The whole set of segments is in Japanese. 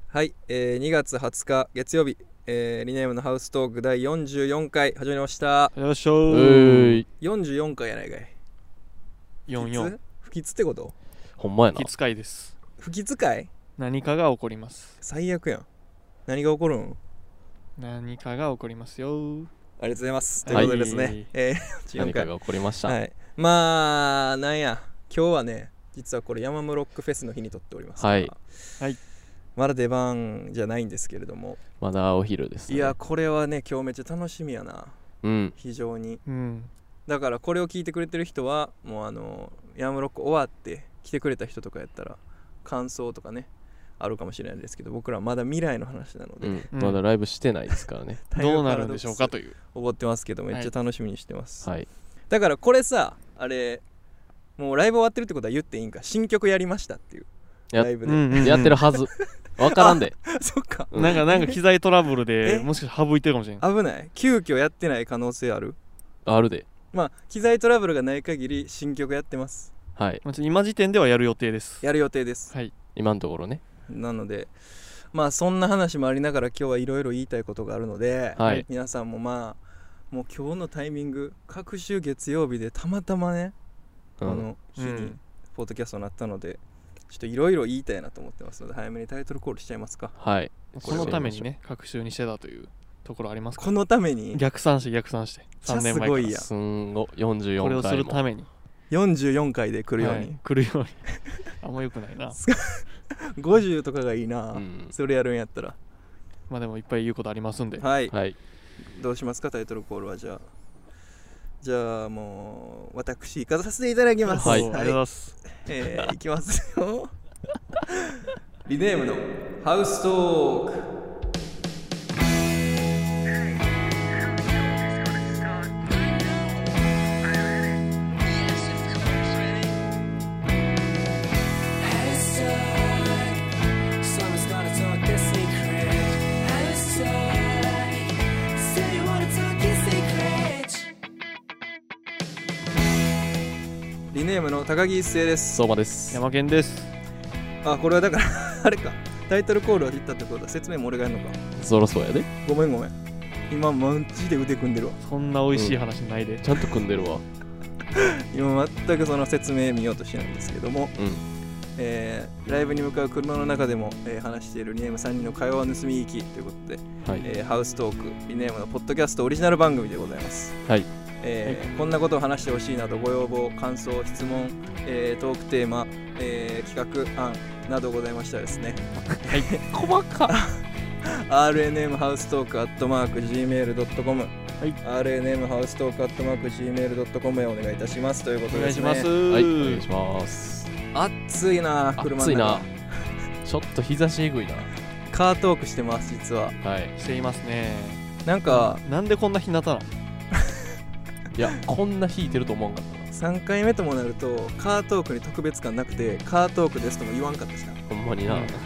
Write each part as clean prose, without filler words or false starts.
はい、2月20日月曜日、リネームのハウストーク第44回始まりました。 よいしょー。 44回やないかい。 44 不吉ってこと？ ほんまやな。 不吉会です。 不吉会？ 何かが起こります。 最悪やん。何が起こるん？ 何かが起こりますよ。 ありがとうございます。 はい、 ということでですね、 何かが起こりました。 はい、まあなんや今日はね、実はこれヤマムロックフェスの日に撮っておりますから、 はいはい、 まだ出番じゃないんですけれども、 まだお昼ですね。 いやこれはね今日めっちゃ楽しみやな。非常に、だからこれを聞いてくれてる人はもうヤマムロック終わって来てくれた人とかやったら感想とかねあるかもしれないですけど、僕らはまだ未来の話なので、 まだライブしてないですからね。 どうなるんでしょうかという思ってますけど、めっちゃ楽しみにしてます、 はい、 だからこれさ、あれもうライブ終わってるってことは言っていいんか、新曲やりましたっていうライブで、 やってるはず。わからんで。 そっか、 なんか機材トラブルでもしかしたら省いてるかもしれない。 危ない。急遽やってない可能性ある？ あるで。 まあ機材トラブルがない限り新曲やってます。 はい、 今時点ではやる予定です。 やる予定です。 はい、 今のところね。 なのでまあそんな話もありながら今日はいろいろ言いたいことがあるので、 はい、 皆さんもまあもう今日のタイミング、各週月曜日でたまたまね、この日にポッドキャストになったので、ちょっといろいろ言いたいなと思ってますので、早めにタイトルコールしちゃいますか。 はい。 このためにね、各週にしてたというところありますか？ このために逆算して3年前から。 すんご44回もこれをするために 44回で来るように、 来るようにあんま良くないな。 50とかがいいな、それやるんやったら。 まあでもいっぱい言うことありますんで、 はい、 はい、 どうしますかタイトルコールは。じゃあもう私行かさせていただきます。 はい、ありがとうございます。 いきますよリネームのハウストーク。リネームの高木一生です。 相馬です。 山健です。 あ、これはだからあれか、タイトルコールを言ったってことは説明も俺がやるのか。 そろそうやで。 ごめん今マジで腕組んでるわ。 そんな美味しい話ないで、 ちゃんと組んでるわ。 今全くその説明見ようとしてないんですけども、ライブに向かう車の中でも、話しているリネーム3人の会話を盗み聞きということで、 はい、 ハウストークリネームのポッドキャストオリジナル番組でございます。 はい、 こんなことを話してほしいなどご要望、感想、質問、トークテーマ、企画案などございましたらですね、 はい、細か RNM ハウストーク@gmail.com、RNM ハウストーク@gmail.com へお願いいたしますということですね。 お願いします。 はい、お願いします。 暑いな、車の中。 暑いな。ちょっと日差しえぐいな。 カートークしてます実は。 はい、 していますね。 なんでこんな日向なの？ いや、こんな引いてると思わんかったな。3回目ともなるとカートークに特別感なくて、カートークですとも言わんかったしな。 ほんまにな、なんか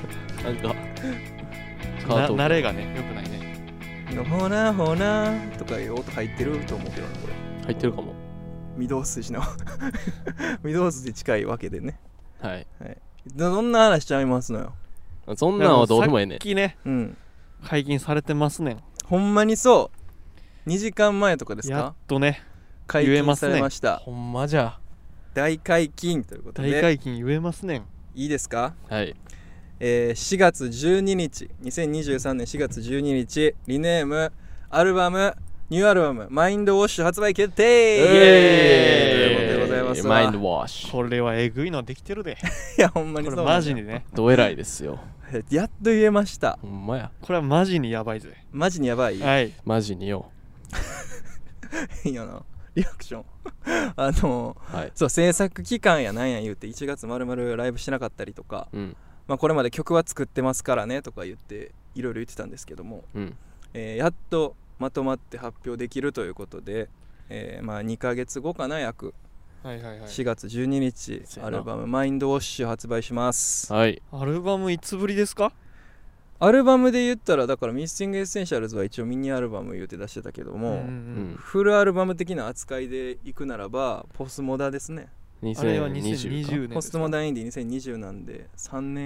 慣れがね、よくないね。 ほなほなとかいう音入ってると思うけどな、これ。 入ってるかも。 御堂筋の御堂筋近いわけでね。 はい、 どんな話しちゃいますのよ。 そんなんはどうでもええねん。 さっきね、解禁されてますねん。 ほんまにそう、2時間前とかですか。 やっとね解禁されました。 ほんまじゃ。 大解禁ということで。 大解禁言えますねん。 いいですか。 はい、 4月12日2023年4月12日リネームニューアルバムマインドウォッシュ発売決定。イエーイということでございますわ。 マインドウォッシュ、 これはえぐいのできてるで。 いやほんまにそう。 これマジにね、 どえらいですよ。 やっと言えました。 ほんまや。 これはマジにやばいぜ。 マジにやばい。 はい、 マジによ。 いいよなリアクションそう、制作期間やなんや言うて1月まるまるライブしてなかったりとか、これまで曲は作ってますからねとか言っていろいろ言ってたんですけども、やっとまとまって発表できるということで、2ヶ月後かな、約4月12日アルバムマインドウォッシュ発売します。 アルバムいつぶりですか。 アルバムで言ったらだからミスティングエッセンシャルズは一応ミニアルバム言うて出してたけども、フルアルバム的な扱いでいくならばポスモダですね。 あれは2020年。 ポストモダンインディ2020なんで3年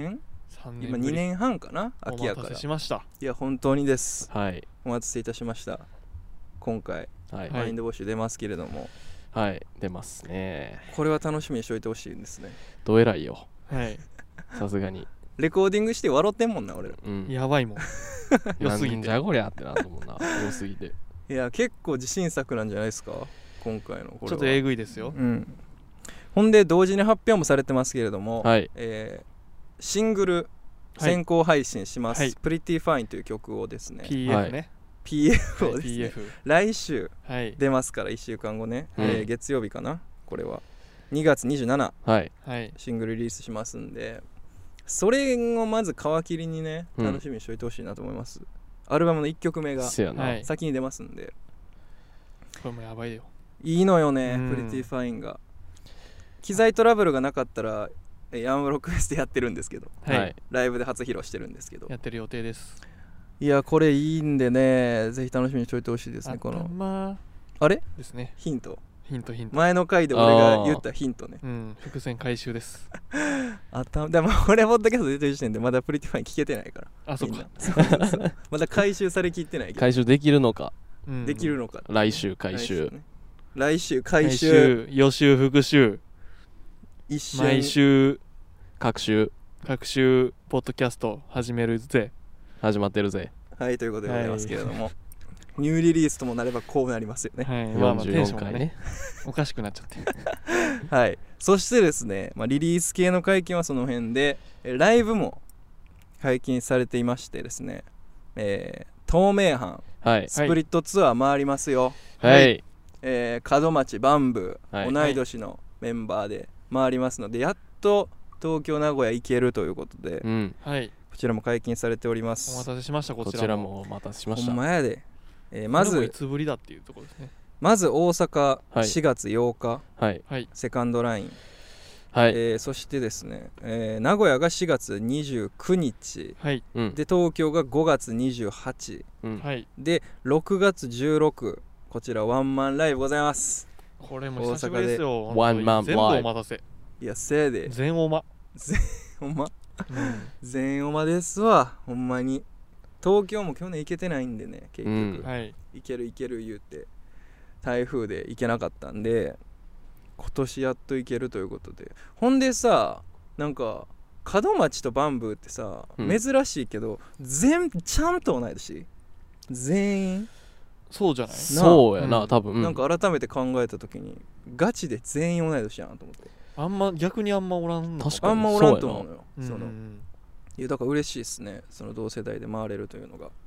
今2年半かな、秋やから。 お待たせしました。 いや本当にです、 はい、 お待たせいたしました。今回、はい、マインドウォッシュ出ますけれども、 はい、出ますね。 これは楽しみにしておいてほしいんですね。 どえらいよ、 はい、 さすがにレコーディングして笑ってんもんな俺ら、 うん、やばいもん良すぎてなんじゃこりゃってなと思うな良すぎて。 いや結構自信作なんじゃないですか今回のこれは。 ちょっとえぐいですよ、 うん、ほんで同時に発表もされてますけれども、 はい、 シングル先行配信します、 はい、 Pretty Fine という曲をですね PF ね、 PF をですね、 PF 来週出ますから1週間後ね、月曜日かな、これは2月27、 はい、 シングルリリースしますんで、それをまず皮切りにね楽しみにしておいてほしいなと思います、アルバムの1曲目が先に出ますんで、 これもやばいよ、 いいのよね、Pretty Fine が。機材トラブルがなかったらヤンブロックフェスでやってるんですけど、 はい、 ライブで初披露してるんですけど、 やってる予定です。 いやこれいいんでね、ぜひ楽しみにしておいてほしいですね。このあれですね、 ヒント前の回で俺が言ったヒントね、 伏線回収です。 でも俺ポッドキャスト出てる時点でまだプリティファイン聞けてないから、 あ、そっかまだ回収されきってないけど、 回収できるのか、 できるのか、 来週回収、 来週回収、 予習復習、毎週各週ポッドキャスト始まってるぜ。 はい、ということでございますけれども、ニューリリースともなればこうなりますよね。 はい、まあまあテンションがねおかしくなっちゃってはい、そしてですね、リリース系の解禁はその辺で、ライブも解禁されていましてですね、透明版、スプリットツアー回りますよ。 はい、 門町バンブー、同い年のメンバーで回りますので、やっと東京名古屋行けるということで、こちらも解禁されております。 お待たせしました。こちらもお待たせしました。 ほんまやで、まずいつぶりだっていうところですね。 まず大阪4月8日、セカンドライン、そしてですね、名古屋が4月29日、で東京が5月28、で6月16、こちらワンマンライブございます。 これも久しぶりですよ。 ワンマンライブ、 全部お待たせ。 いやせいで全おま全おまですわ、ほんまに。東京も去年行けてないんでね、結局、行ける言うて台風で行けなかったんで、今年やっと行けるということで。ほんでさ、なんか門町とバンブーってさ、珍しいけどちゃんと同い年全員。 そうじゃない？ そうやな、多分。 なんか改めて考えた時にガチで全員同い年やなと思って。 逆にあんまおらんの。 確かにあんまおらんと思うのよ。いやだから嬉しいですね、その同世代で回れるというのが。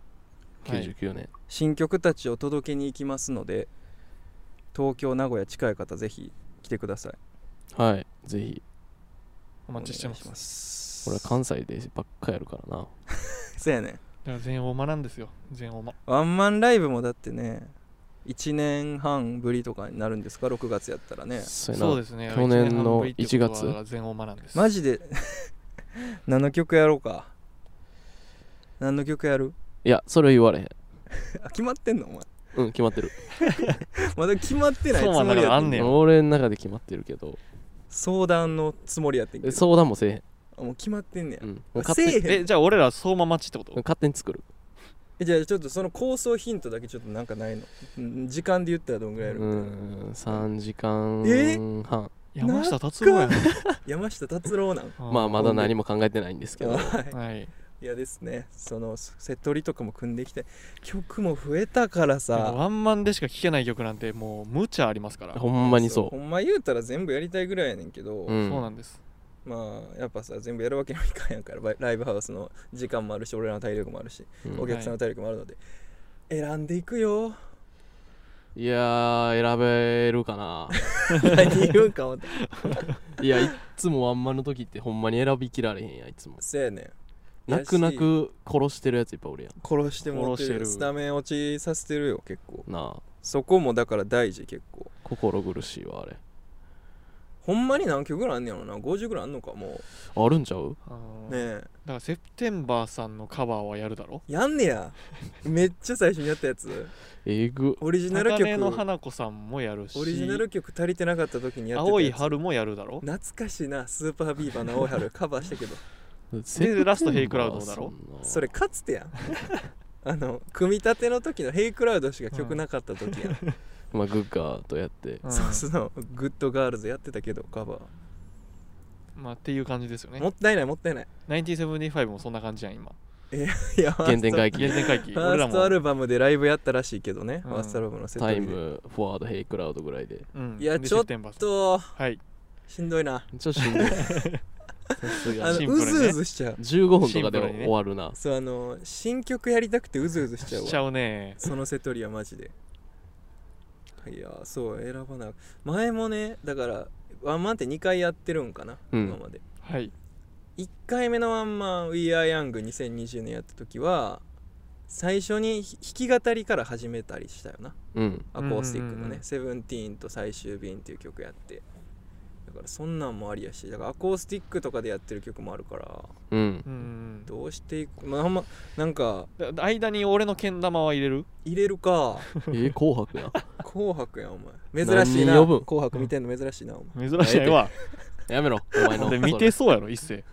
99年、 新曲たちを届けに行きますので、東京名古屋近い方ぜひ来てください。 はい、ぜひお待ちしてます。 これは関西でばっかやるからなそうやねん。 だから全オマなんですよ。全オマワンマンライブもだってね、1年半ぶりとかになるんですか、6月やったらね。 そうですね、 去年の1月。 全オマなんです。 マジで何の曲やろうか。何の曲やる？ いや、それは言われへん決まってんのお前。 うん、決まってるまだ決まってないつもりやってんねん。 俺の中で決まってるけど、 相談のつもりやってんけど。 相談もせえへん。 もう決まってんねや。 もう勝手に。じゃあ俺ら相馬待ちってこと？ 勝手に作る。 じゃあちょっとその構想ヒントだけちょっとなんかないの？時間で言ったらどんぐらいやるみたいな。 3時間半。 山下達郎やん。 山下達郎なん。 まあまだ何も考えてないんですけど。 はい。 いやですね、そのセトリとかも組んできて、曲も増えたからさ。 ワンマンでしか聴けない曲なんてもう無茶ありますから。 ほんまにそう。 ほんま言うたら全部やりたいぐらいやねんけど。 そうなんです。 まあやっぱさ、全部やるわけにもいかんやんから、ライブハウスの時間もあるし、俺らの体力もあるし、お客さんの体力もあるので、選んでいくよ。 いやー、選べるかな何言うんか思ったいや、いつもワンマンの時ってほんまに選びきられへんや、いつも。 せやねん。 泣く泣く殺してるやついっぱいおるやん。 殺してもってる。スタメン落ちさせてるよ、結構。 なあ、 そこもだから大事。結構心苦しいわ、あれ。 ほんまに何曲ぐらいあんねやろな。50ぐらいあんのか。もうあるんちゃう？ ねえ。 だからセプテンバーさんのカバーはやるだろ。 やんねや。めっちゃ最初にやったやつ。 オリジナル曲。 高根の花子さんもやるし、 オリジナル曲足りてなかった時にやってたやつ。 青い春もやるだろ。 懐かしいな。スーパービーバーの青い春カバーしたけどでラストヘイクラウドだろ。 それかつてやん組み立ての時のヘイクラウドしか曲なかった時やん、 まあグッガーとやって、 そうグッドガールズやってたけどカバーまあっていう感じですよね。 もったいない 1975もそんな感じやん今。 いや原点回帰ファーストアルバムでライブやったらしいけどね、ファーストアルバムのセットタイムフォワードヘイクラウドぐらいで、 いやちょっとはいしんどいな、 ちょっとしんどいうずうずしちゃう。 15分とかで終わるな。 そう新曲やりたくてうずうずしちゃうわ。 しちゃうね。 そのセトリはマジで。いやそう選ばな前もねだからワンマンって2回やってるんかな、今まで。 はい。 1回目のワンマン We Are Young2020 年やった時は最初に弾き語りから始めたりしたよな、アコースティックのね「セブンティーンと最終便」っていう曲やって、だからそんなんもありやし、だからアコースティックとかでやってる曲もあるから、どうしていく、ほんまなんか間に俺のけん玉は入れるか紅白や紅白やお前珍しいな、紅白見てんの珍しいなお前。 珍しいわやめろお前ので見てそうやろ一世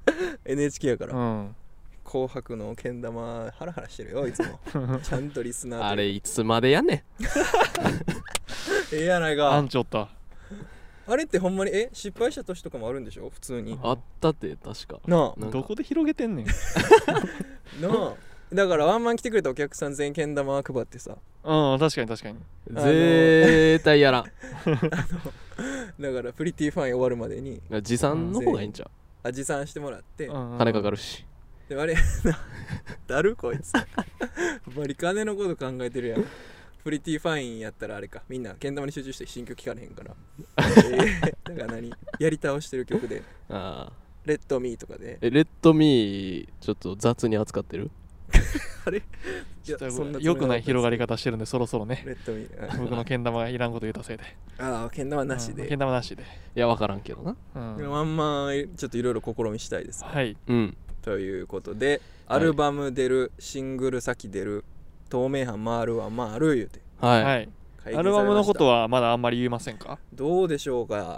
NHK やから、紅白のけん玉ハラハラしてるよいつもちゃんとリスナーあれいつまでやねんやないかあんちょったあれってほんまに失敗した年とかもあるんでしょ普通に。 あったって確かなあどこで広げてんねんなあだからワンマン来てくれたお客さん全員けん玉配ってさ、 確かに絶対やらんだからプリティファイン終わるまでに持参の方がいいんちゃう。 持参してもらって、 金かかるし。 であれだるこいつバリ金のこと考えてるやん。プリティファインやったらあれか、みんなけん玉に集中して新曲聴かれへんからだからやり倒してる曲でレッドミーとかでレッドミーちょっと雑に扱ってるあれよくない広がり方してるんでそろそろねレッドミー僕のけん玉がいらんこと言うたせいでけん玉なしでけん玉なしでいや分からんけどな、 ワンマンちょっといろいろ試みしたいです、 はいということでアルバム出る、シングル先出る、透明版回るは回る言うて、 はい、アルバムのことはまだあんまり言いませんか。 どうでしょうか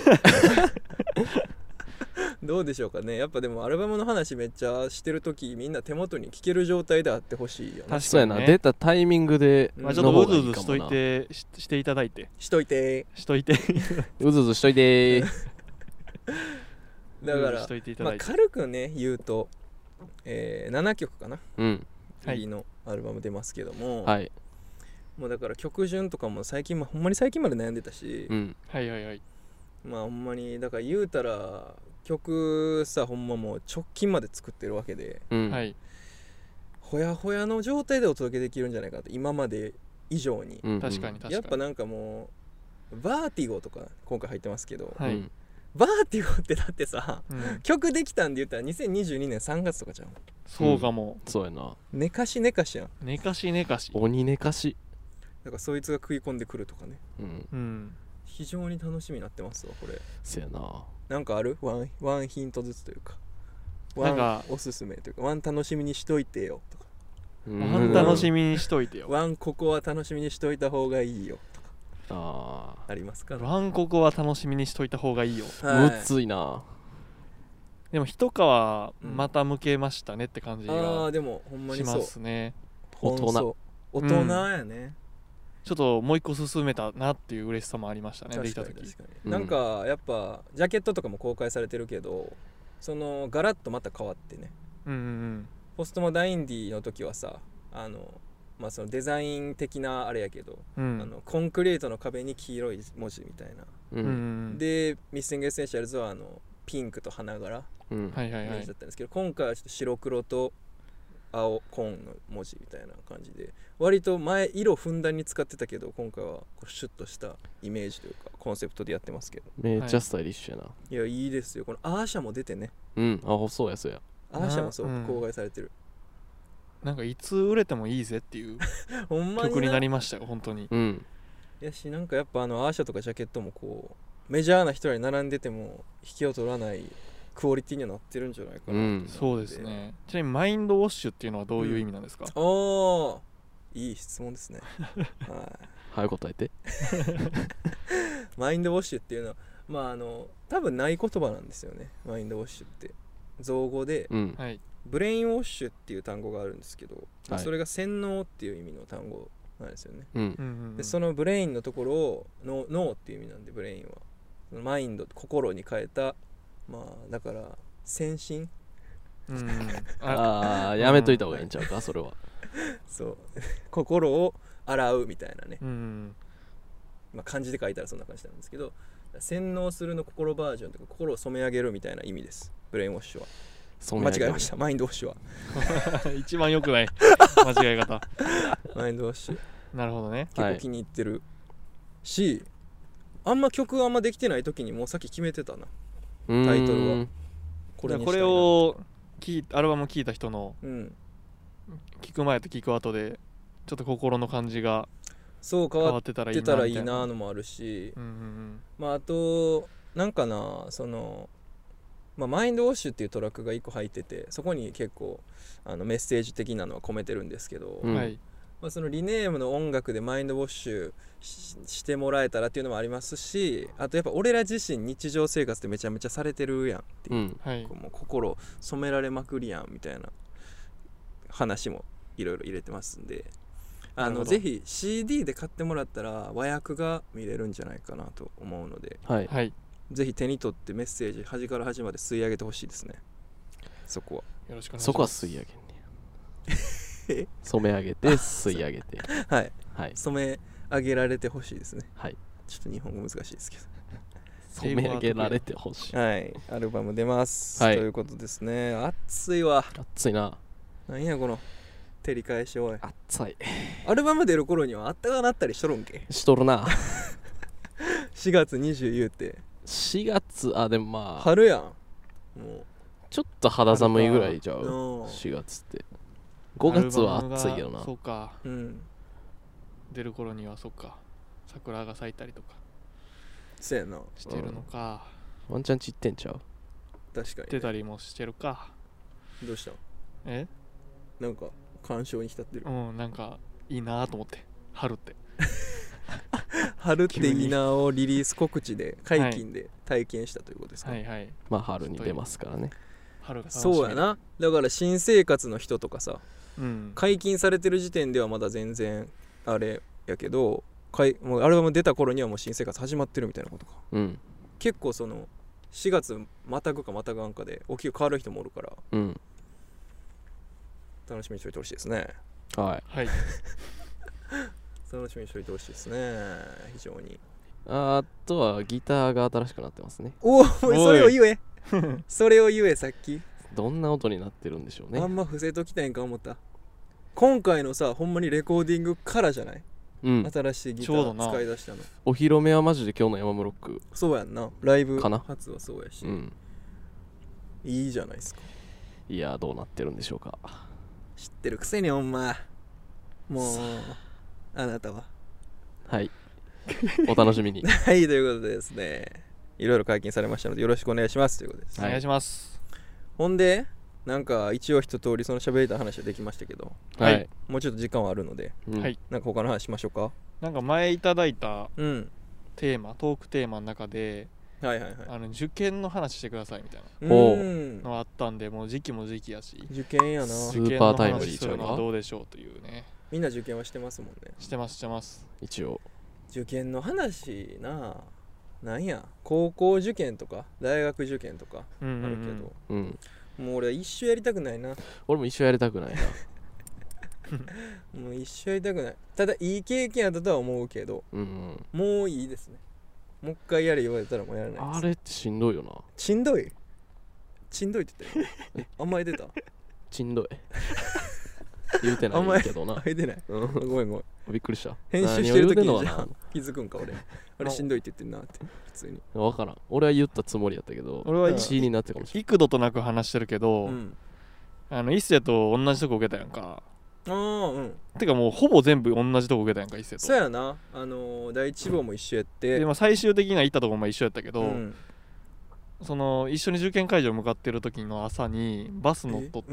どうでしょうかね。やっぱでもアルバムの話めっちゃしてるときみんな手元に聴ける状態であってほしいよね。 確かにね、出たタイミングでちょっとうずうずしといてしていただいてしといてうずうずしといてだから軽くね言うと、7曲かな、次のアルバム出ますけども、もうだから曲順とかも最近ほんまに最近まで悩んでたし、まあほんまにだから言うたら曲さほんまもう直近まで作ってるわけで、ほやほやの状態でお届けできるんじゃないかと、今まで以上に。 確かにやっぱなんかもうバーティゴとか今回入ってますけど、バーティゴってだってさ、曲できたんで言ったら2022年3月とかじゃん。 そうかも、 そうやな。 寝かし寝かしやん。 寝かし寝かし鬼寝かしだからそいつが食い込んでくるとかね、非常に楽しみになってますわこれ。 せやな。 なんかあるワンヒントずつというか、ワンおすすめというか、ワン楽しみにしといてよとか、 ワン楽しみにしといてよ、 ワンここは楽しみにしといた方がいいよとかありますか。 ワンここは楽しみにしといた方がいいよ、 むついな。 でも一皮また向けましたねって感じがでもほんまにそうしますね。 大人やね。 ちょっともう一個進めたなっていう嬉しさもありましたね、できた時。 なんかやっぱジャケットとかも公開されてるけど、そのガラッとまた変わってね、ポストモダンインディの時はさ、まあそのデザイン的なあれやけど、コンクリートの壁に黄色い文字みたいな、でミッシングエッセンシャルズはピンクと花柄イメージだったんですけど、今回はちょっと白黒と青コーンの文字みたいな感じで、割と前色ふんだんに使ってたけど、今回はこうシュッとしたイメージというかコンセプトでやってますけど、 めっちゃスタイリッシュやな。 いやいいですよ。このアーシャも出てね。 そうやそうや。 アーシャもそう公開されてる。 なんかいつ売れてもいいぜっていう曲になりましたよ本当に。 やし、なんかやっぱアーシャとかジャケットもこうメジャーな人に並んでても引きを取らないクオリティにはなってるんじゃないかな、 そうですね。ちなみにマインドウォッシュっていうのはどういう意味なんですか。 いい質問ですね早く答えてマインドウォッシュっていうのは多分ない言葉なんですよね。マインドウォッシュって造語で、 はい、 ブレインウォッシュっていう単語があるんですけど、 はい、 それが洗脳っていう意味の単語なんですよね、 うん、 でそのブレインのところを脳っていう意味なんで、ブレインはマインド、心に変えた、まあだから先進ああやめといた方がいいんちゃうかそれはそう心を洗うみたいなね、まあ、漢字で書いたらそんな感じなんですけど、洗脳するの心バージョンとか心を染め上げるみたいな意味です、ブレインウォッシュは。間違えました、マインドウォッシュは一番良くない間違い方マインドウォッシュなるほどね、 結構気に入ってる、し、あんま曲あんまできてない時にもうさっき決めてたな、タイトルはこれをアルバム聴いた人の、聴く前と聴く後でちょっと心の感じがそう変わってたらいいなのもあるし、まああとなんかな、そのマインドウォッシュっていうトラックが1個入ってて、そこに結構メッセージ的なのは込めてるんですけど、まあ、そのリネームの音楽でマインドウォッシュ してもらえたらっていうのもありますし、あとやっぱ俺ら自身日常生活でめちゃめちゃされてるやんっていう、もう心染められまくりやんみたいな話もいろいろ入れてますんで、ぜひ CD で買ってもらったら和訳が見れるんじゃないかなと思うので、ぜひ手に取ってメッセージ端から端まで吸い上げてほしいですね。そこはよろしくお願いします。 そこは吸い上げんね染め上げて吸い上げてはい、染め上げられてほしいですね。ちょっと日本語難しいですけど染め上げられてほしい。 はい、アルバム出ます、ということですね。暑いわ。 暑いな。 なんやこの照り返し。おい暑い。 アルバム出る頃にはあったかなったりしとるんけ。 しとるな 4月20言うて 4月、でもまあ春やん。もうちょっと肌寒いぐらいじゃう4月って。5月は暑いけどな。 そうか、出る頃にはそっか、桜が咲いたりとかそうやなしてるのか、 ワンチャン散ってんちゃう。 確かに、 出たりもしてるか。 どうしたん？ なんか感傷に浸ってる。 なんかいいなと思って、春って春っていいなをリリース告知で解禁で体験したということですね。 まあ春に出ますからね。 春が楽しみ。 そうやな。だから新生活の人とかさ、解禁されてる時点ではまだ全然あれやけど、もうアルバム出た頃にはもう新生活始まってるみたいなことか。結構その4月またぐかまたがんかで大きく変わる人もおるから、楽しみにしておいてほしいですね。 はい楽しみにしておいてほしいですね、非常に。 あとはギターが新しくなってますね。 おそれを言えそれを言え。さっきどんな音になってるんでしょうね。 あんま伏せときたいんか思った。今回のさ、ほんまにレコーディングからじゃない、新しいギター使い出したの。 お披露目はマジで今日のヤマムロック。 そうやんな、ライブかな初はそうやし、いいじゃないですか。 いやどうなってるんでしょうか。 知ってるくせにほんまもうあなたは。 はいお楽しみにはい、ということでですね、いろいろ解禁されましたのでよろしくお願いしますということです。 お願いします。 ほんでなんか一応一通りその喋りたい話はできましたけど、もうちょっと時間はあるので、なんか他の話しましょうか。 なんか前いただいたテーマ、トークテーマの中で、受験の話してくださいみたいなのがあったんで、もう時期も時期やし、 受験やな、 スーパータイムリーするのはどうでしょうというね。 みんな受験はしてますもんね。 してます一応。 受験の話なんや、高校受験とか大学受験とかあるけど、もう俺は一生やりたくないな。 俺も一生やりたくないなもう一生やりたくない。ただいい経験やったとは思うけど、もういいですね。もう一回やれ言われたらもうやらないです。 あれってしんどいよな。 しんどいって言ってたよ甘えてたしんどい言うてないけどな。 言うてないごめんびっくりした。 編集してる時にじゃ気づくんか俺。あれしんどいって言ってんなって普通に。 分からん。俺は言ったつもりやったけど、 俺は 1位になってかもしれない。 幾度となく話してるけど、一世と同じとこ受けたやんか。てかもうほぼ全部同じとこ受けたやんか、一世と。 そうやな。第一志望も一緒やって、 で最終的には行ったとこも一緒やったけど、その一緒に受験会場向かってる時の朝にバス乗っとって、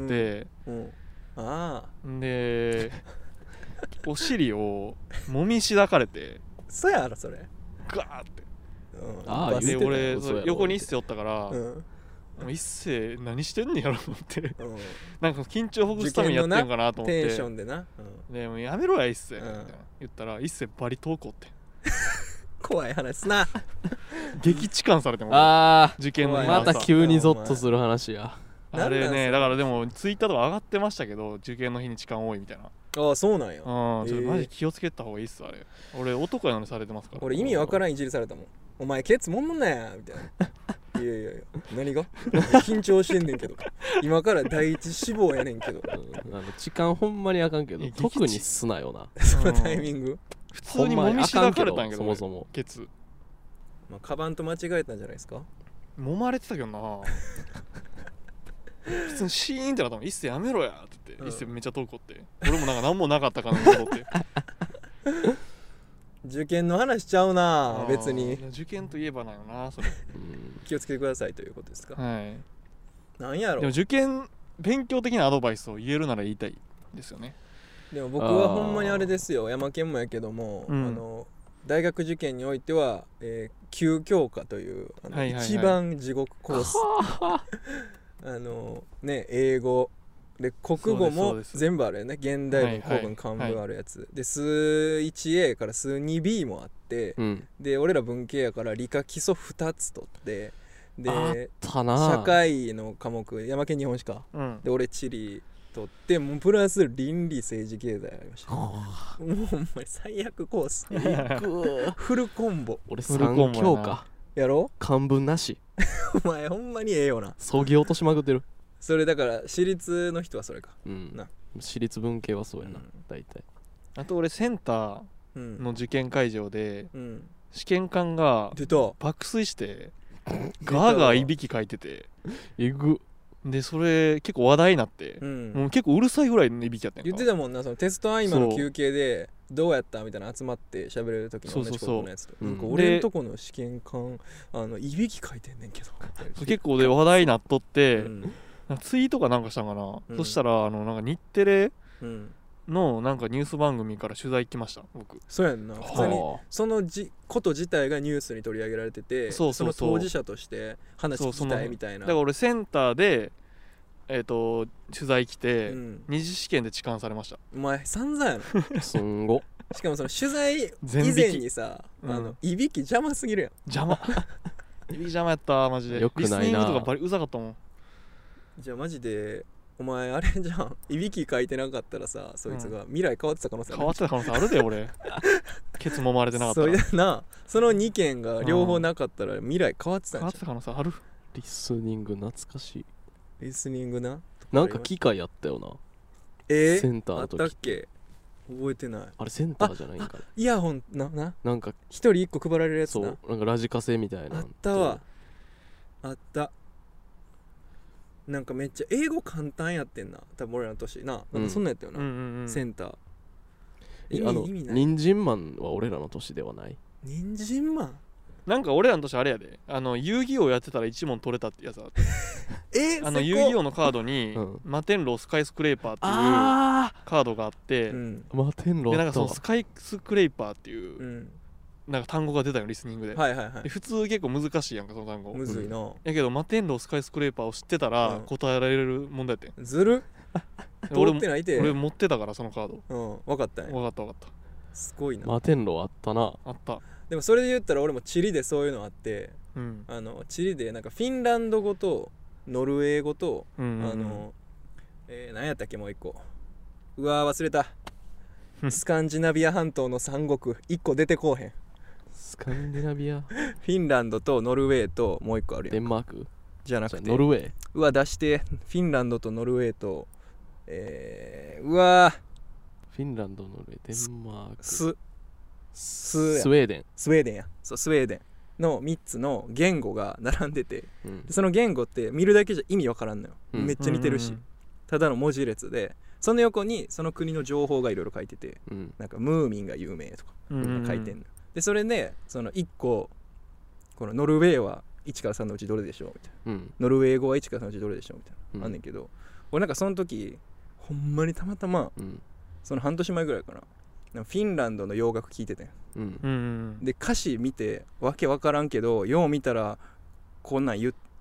でお尻をもみしだかれて。 そうやろそれ。 ガーって。 で俺横に一世おったから、 もう一世何してんねやろと思って、なんか緊張ほぐすためにやってんかなと思ってテンションでな、 でもやめろや一世みたいな言ったら、一世バリ投稿って怖い話すな激痴漢されても受験のまた急にゾッとする話や。 あれね、だからでもツイッターとか上がってましたけど、受験の日に痴漢多いみたいな。 ああそうなんや。 ちょっとマジ気をつけた方がいいっすあれ。俺男やのにされてますから。 俺意味わからんいじりされたもん。お前ケツもんもんなやみたいな。いやいやいや何が緊張してんねんけど、今から第一志望やねんけど、 痴漢ほんまにあかんけど特にすなよなそのタイミング。 普通にもみしだかれたんやけど、 そもそもケツ、 まあ、カバンと間違えたんじゃないですか。 揉まれてたけどな普通にシーンってなったもん。一世やめろやって言って、一世めっちゃ遠くって俺もなんか何もなかったかなと思って受験の話しちゃうな別に。 受験といえばなよなそれ気をつけてくださいということですか。 はい。 なんやろ。 でも受験勉強的なアドバイスを言えるなら言いたいですよね。 でも僕はほんまにあれですよ、山県もやけども、大学受験においては、9教科という一番地獄コースね、英語で国語も全部あるよね。現代文、古文、漢文あるやつで、数 1A から数 2B もあって、で俺ら文系やから理科基礎2つ取って、で社会の科目山県日本史か、で俺地理取って、もうプラス倫理政治経済ありました。もうほんまに最悪コースフルコンボ。 俺3教科やろ、 漢文なしお前ほんまにええよな。 そぎ落としまくってる。 それだから私立の人はそれか、 な私立文系はそうやな、大体。 あと俺センターの受験会場で、試験官が爆睡してガーガーいびきかいててえぐで、それ結構話題になって、もう結構うるさいぐらいのいびきやったんやんか。 言ってたもんな、そのテスト合間の休憩でどうやったみたいな集まって喋れる時の同じことのやつと、なんか俺んとこの試験官いびきかいてんねんけど結構で話題になっとって、ツイートかなんかしたんかな、そしたらなんか日テレのなんかニュース番組から取材来ました僕。 そうやんな、普通にそのこと自体がニュースに取り上げられてて、その当事者として話聞きたいみたいな。 だから俺センターで取材来て、二次試験で痴漢されました。 お前散々やろすんご。 しかもその取材以前にさ、いびき邪魔すぎるやん。 邪魔いびき邪魔やったマジで。 よくないな。 リスニングとかバリうざかったもん。 じゃあマジでお前あれじゃん、いびきかいてなかったらさ、そいつが未来変わってた可能性ある。 変わってた可能性あるで俺ケツ揉まれてなかったら。 それな、その2件が両方なかったら未来変わってたんじゃん。 変わってた可能性ある。 リスニング懐かしい。 リスニングな、 なんか機械やったよな。センターの時あったっけ、覚えてない。 あれセンターじゃないんかな。 イヤホンなんか一人一個配られるやつな。 そうなんかラジカセみたいな。 あったわ、あった。なんかめっちゃ英語簡単やってんな、多分俺らの年な。なんかそんなんやったよな、センター。 意味ない。人参マンは俺らの年ではない。 人参マンなんか俺らの年あれやで、遊戯王やってたら1問取れたってやつあって遊戯王のカードに、摩天楼スカイスクレーパーっていうカードがあって、 摩天楼でなんかそのスカイスクレーパーっていう、なんか単語が出たよリスニングで。で普通結構難しいやんかその単語。 むずいな。 やけど摩天楼スカイスクレーパーを知ってたら答えられる問題やってん。 ずる俺持ってたからそのカード。分かったね。 分かった。 すごいな。 摩天楼あったな。 あった。 でもそれで言ったら俺もチリでそういうのあって、チリでなんかフィンランド語とノルウェー語と何やったっけもう一個、うわ忘れたスカンジナビア半島の三国一個出てこうへん。 スカンデナビアフィンランドとノルウェーともう一個あるやん。 デンマークじゃなくてノルウェー。 うわ出して。フィンランドとノルウェーとうわフィンランドノルウェーデンマークスウェーデン。 スウェーデンや。そうスウェーデンの3つの言語が並んでて、その言語って見るだけじゃ意味わからんのよ、めっちゃ似てるし、ただの文字列でその横にその国の情報がいろいろ書いてて、なんかムーミンが有名とか書いてんの。でそれでその1個このノルウェーは1から3のうちどれでしょうみたいな、ノルウェー語は1から3のうちどれでしょうみたいな、あんねんけど、俺なんかその時ほんまにたまたま、その半年前ぐらいかな、フィンランドの洋楽聴いてて、で歌詞見てわけわからんけどよう見たらこんなん言っ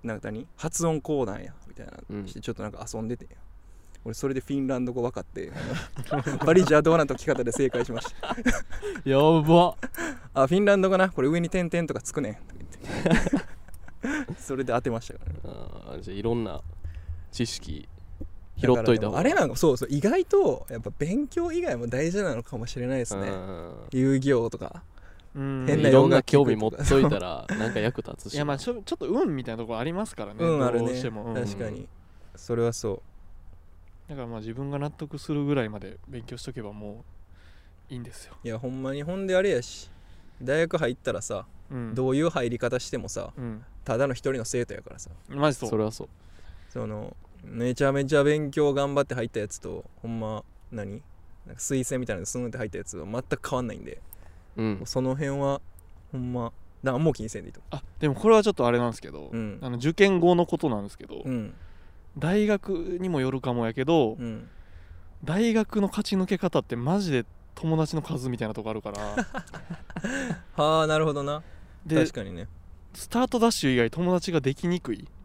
なんか発音こうなんやみたいなしてちょっとなんか遊んでて、俺それでフィンランド語分かってバリ邪道な解き方で正解しましたやばあ、フィンランド語な、これ上に点々とかつくねんとか言ってそれで当てましたからね。 あ、じゃあいろんな知識拾っといた方があれなんかそうそう、意外とやっぱ勉強以外も大事なのかもしれないですね。遊戯王とか変ないろんな興味持っといたらなんか役立つしいやまあちょっと運みたいなところありますからね。 あるね、どうしても、確かにそれはそう。 だからまあ自分が納得するぐらいまで勉強しとけばもういいんですよ。 いやほんまに、ほんであれやし、大学入ったらさ、どういう入り方してもさ、ただの一人の生徒やからさ。 マジそう。 それはそう。 そのめちゃめちゃ勉強頑張って入ったやつと、ほんまなんか推薦みたいなのスンって入ったやつは全く変わんないんで、その辺はほんまだからもう気にせんでいいと。 あ、でもこれはちょっとあれなんですけど、受験後のことなんですけど、大学にもよるかもやけど、大学の勝ち抜け方ってマジで友達の数みたいなとこあるからはあ、なるほどな。確かにね、 スタートダッシュ以外友達ができにくい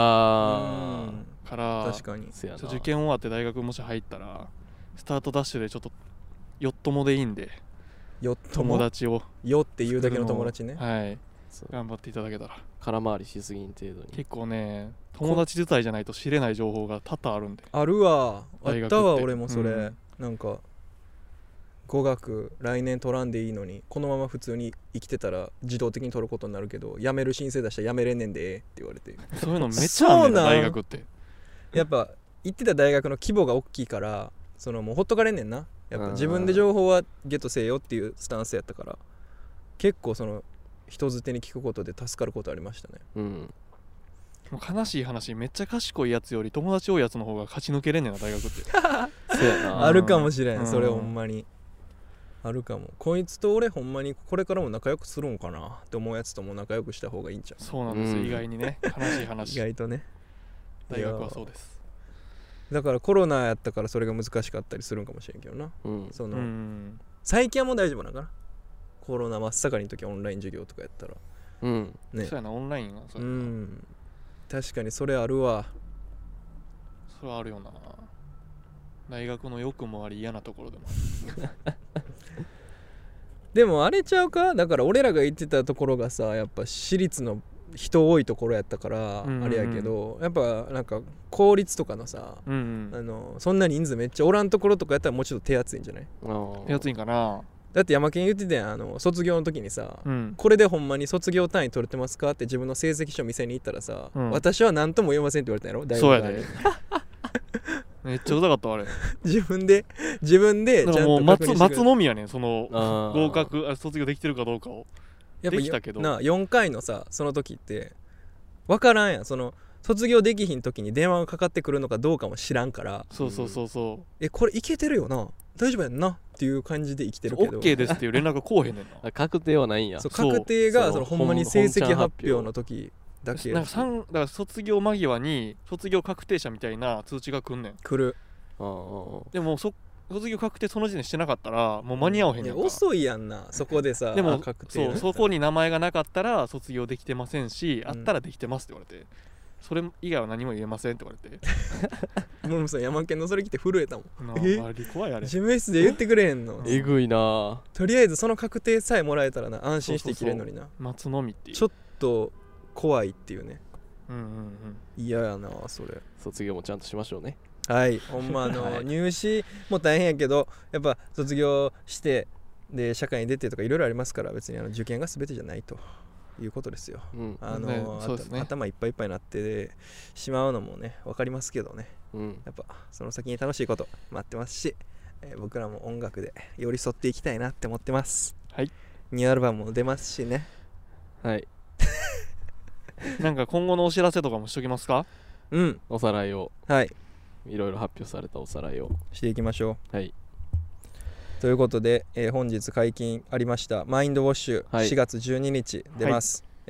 から確かに受験終わって大学もし入ったらスタートダッシュでちょっとよっともでいいんで、友達をよっていうだけの友達ね、 はい、頑張っていただけたら。 空回りしすぎん程度に結構ね、友達自体じゃないと知れない情報が多々あるんで。 あるわ、あったわ俺もそれ、なんか語学来年取らんでいいのにこのまま普通に生きてたら自動的に取ることになるけど、辞める申請出したら辞めれんねんでって言われてそういうのめっちゃあるねん大学って。 やっぱ行ってた大学の規模が大きいから、そのもうほっとかれんねんな。やっぱ自分で情報はゲットせよっていうスタンスやったから、結構その人づてに聞くことで助かることありましたね。 もう悲しい話、めっちゃ賢いやつより友達多いやつの方が勝ち抜けれんねんな大学ってそうやな、 あるかもしれん、それほんまにあるかも。こいつと俺ほんまにこれからも仲良くするんかなって思うやつとも仲良くした方がいいんちゃう。 そうなんですよ、意外にね、悲しい話意外とね、 大学はそうです。 だからコロナやったからそれが難しかったりするんかもしれんけどな、その最近はもう大丈夫なんかな。コロナ真っ盛りの時オンライン授業とかやったらね、そうやな、オンラインはそうやな、 確かにそれあるわ。 それはあるよな。大学の良くもあり嫌なところでもあるでもあれちゃうか、だから俺らが行ってたところがさ、やっぱ私立の人多いところやったからあれやけど、やっぱなんか公立とかのさ、そんな人数めっちゃおらんところとかやったらもうちょっと手厚いんじゃない？ 手厚いんかな。 だって山県言ってたやん、卒業の時にさ、これでほんまに卒業単位取れてますかって自分の成績書見せに行ったらさ、私は何とも言えませんって言われたんやろ、大学側に。 そうやでめっちゃうざかったあれ自分でちゃんと確認して待つのみやねん、その合格卒業できてるかどうかを。 やっぱできたけどな、4回のさその時って分からんやん、その卒業できひん時に電話がかかってくるのかどうかも知らんから、 そうこれいけてるよな、大丈夫やんなっていう感じで生きてるけど OK ですっていう連絡がこうへんねんな確定はないんや。 そう確定がそのほんまに成績発表の時だけなんかだから卒業間際に卒業確定者みたいな通知が来んねん。 来る。 でも卒業確定その時点してなかったらもう間に合わへんねんか。 遅いやんなそこでさ。 でも確定そこに名前がなかったら卒業できてませんし、あったらできてますって言われて、それ以外は何も言えませんって言われてもうさ山県のそれ来て震えたもん。 怖いあれ。 事務室で言ってくれへんの。 えぐいな。 とりあえずその確定さえもらえたらな安心して生きれんのにな。 待つのみっていう。 ちょっと怖いっていうね。嫌やなそれ。 卒業もちゃんとしましょうね。 はいほんま入試も大変やけどやっぱ卒業してで社会に出てとかいろいろありますから、別に受験が全てじゃないということですよ。頭いっぱいいっぱいになってしまうのもね分かりますけどね、やっぱその先に楽しいこと待ってますし、僕らも音楽で寄り添っていきたいなって思ってます。 はい。 ニューアルバムも出ますしね。 はいなんか今後のお知らせとかもしときますか？ おさらいを。 はい。 いろいろ発表されたおさらいをしていきましょう。はい。 ということで、本日解禁ありましたマインドウォッシュ、4月12日出ます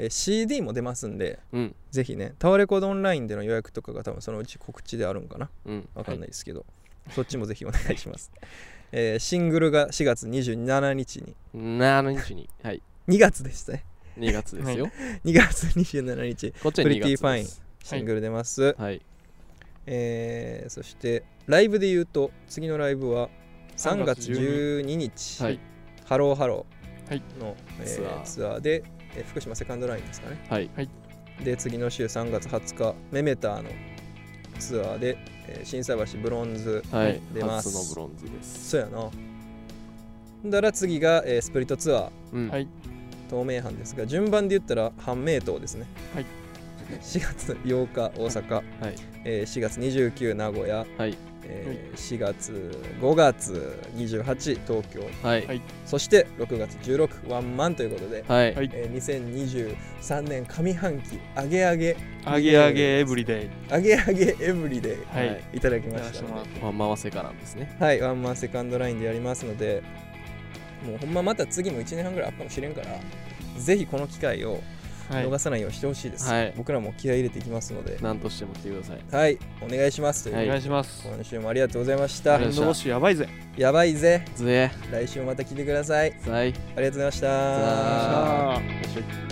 。CD も出ますんで、ぜひねタワーレコードオンラインでの予約とかが多分そのうち告知であるんかな、わかんないですけど、そっちもぜひお願いします。シングルが4月27日に 7日に、はい、 2月でしたね。 2月ですよ。 2月27日こっちは2月です。 プリティファインシングル出ます。 はい。 そしてライブで言うと次のライブは3月12日、はい、ハローハローの、ツアーで、福島セカンドラインですかね。 はい。 で次の週3月20日メメターのツアーで、心斎橋ブロンズ出ます。 初のブロンズです。 そうやな。だから次が、スプリットツアー、 はい、 東名阪ですが順番で言ったら半名島ですね。 はい。 4月8日大阪、はい、4月29名古屋、はい、4月5月28東京、はい、そして6月16ワンマンということで、はい、2023年上半期アゲアゲエブリデイはい、いただきました。 ワンマンはセカなんですね。 はい、ワンマンセカンドラインでやりますので、もうほんままた次も1年半ぐらいあるかもしれんから、ぜひこの機会を逃さないようにしてほしいです、はい、僕らも気合い入れていきますので何としても来てください。 はい、お願いします。 お願いします。 今週もありがとうございました。 エンドウォッシュやばいぜ来週もまた来てください。ありがとうございました。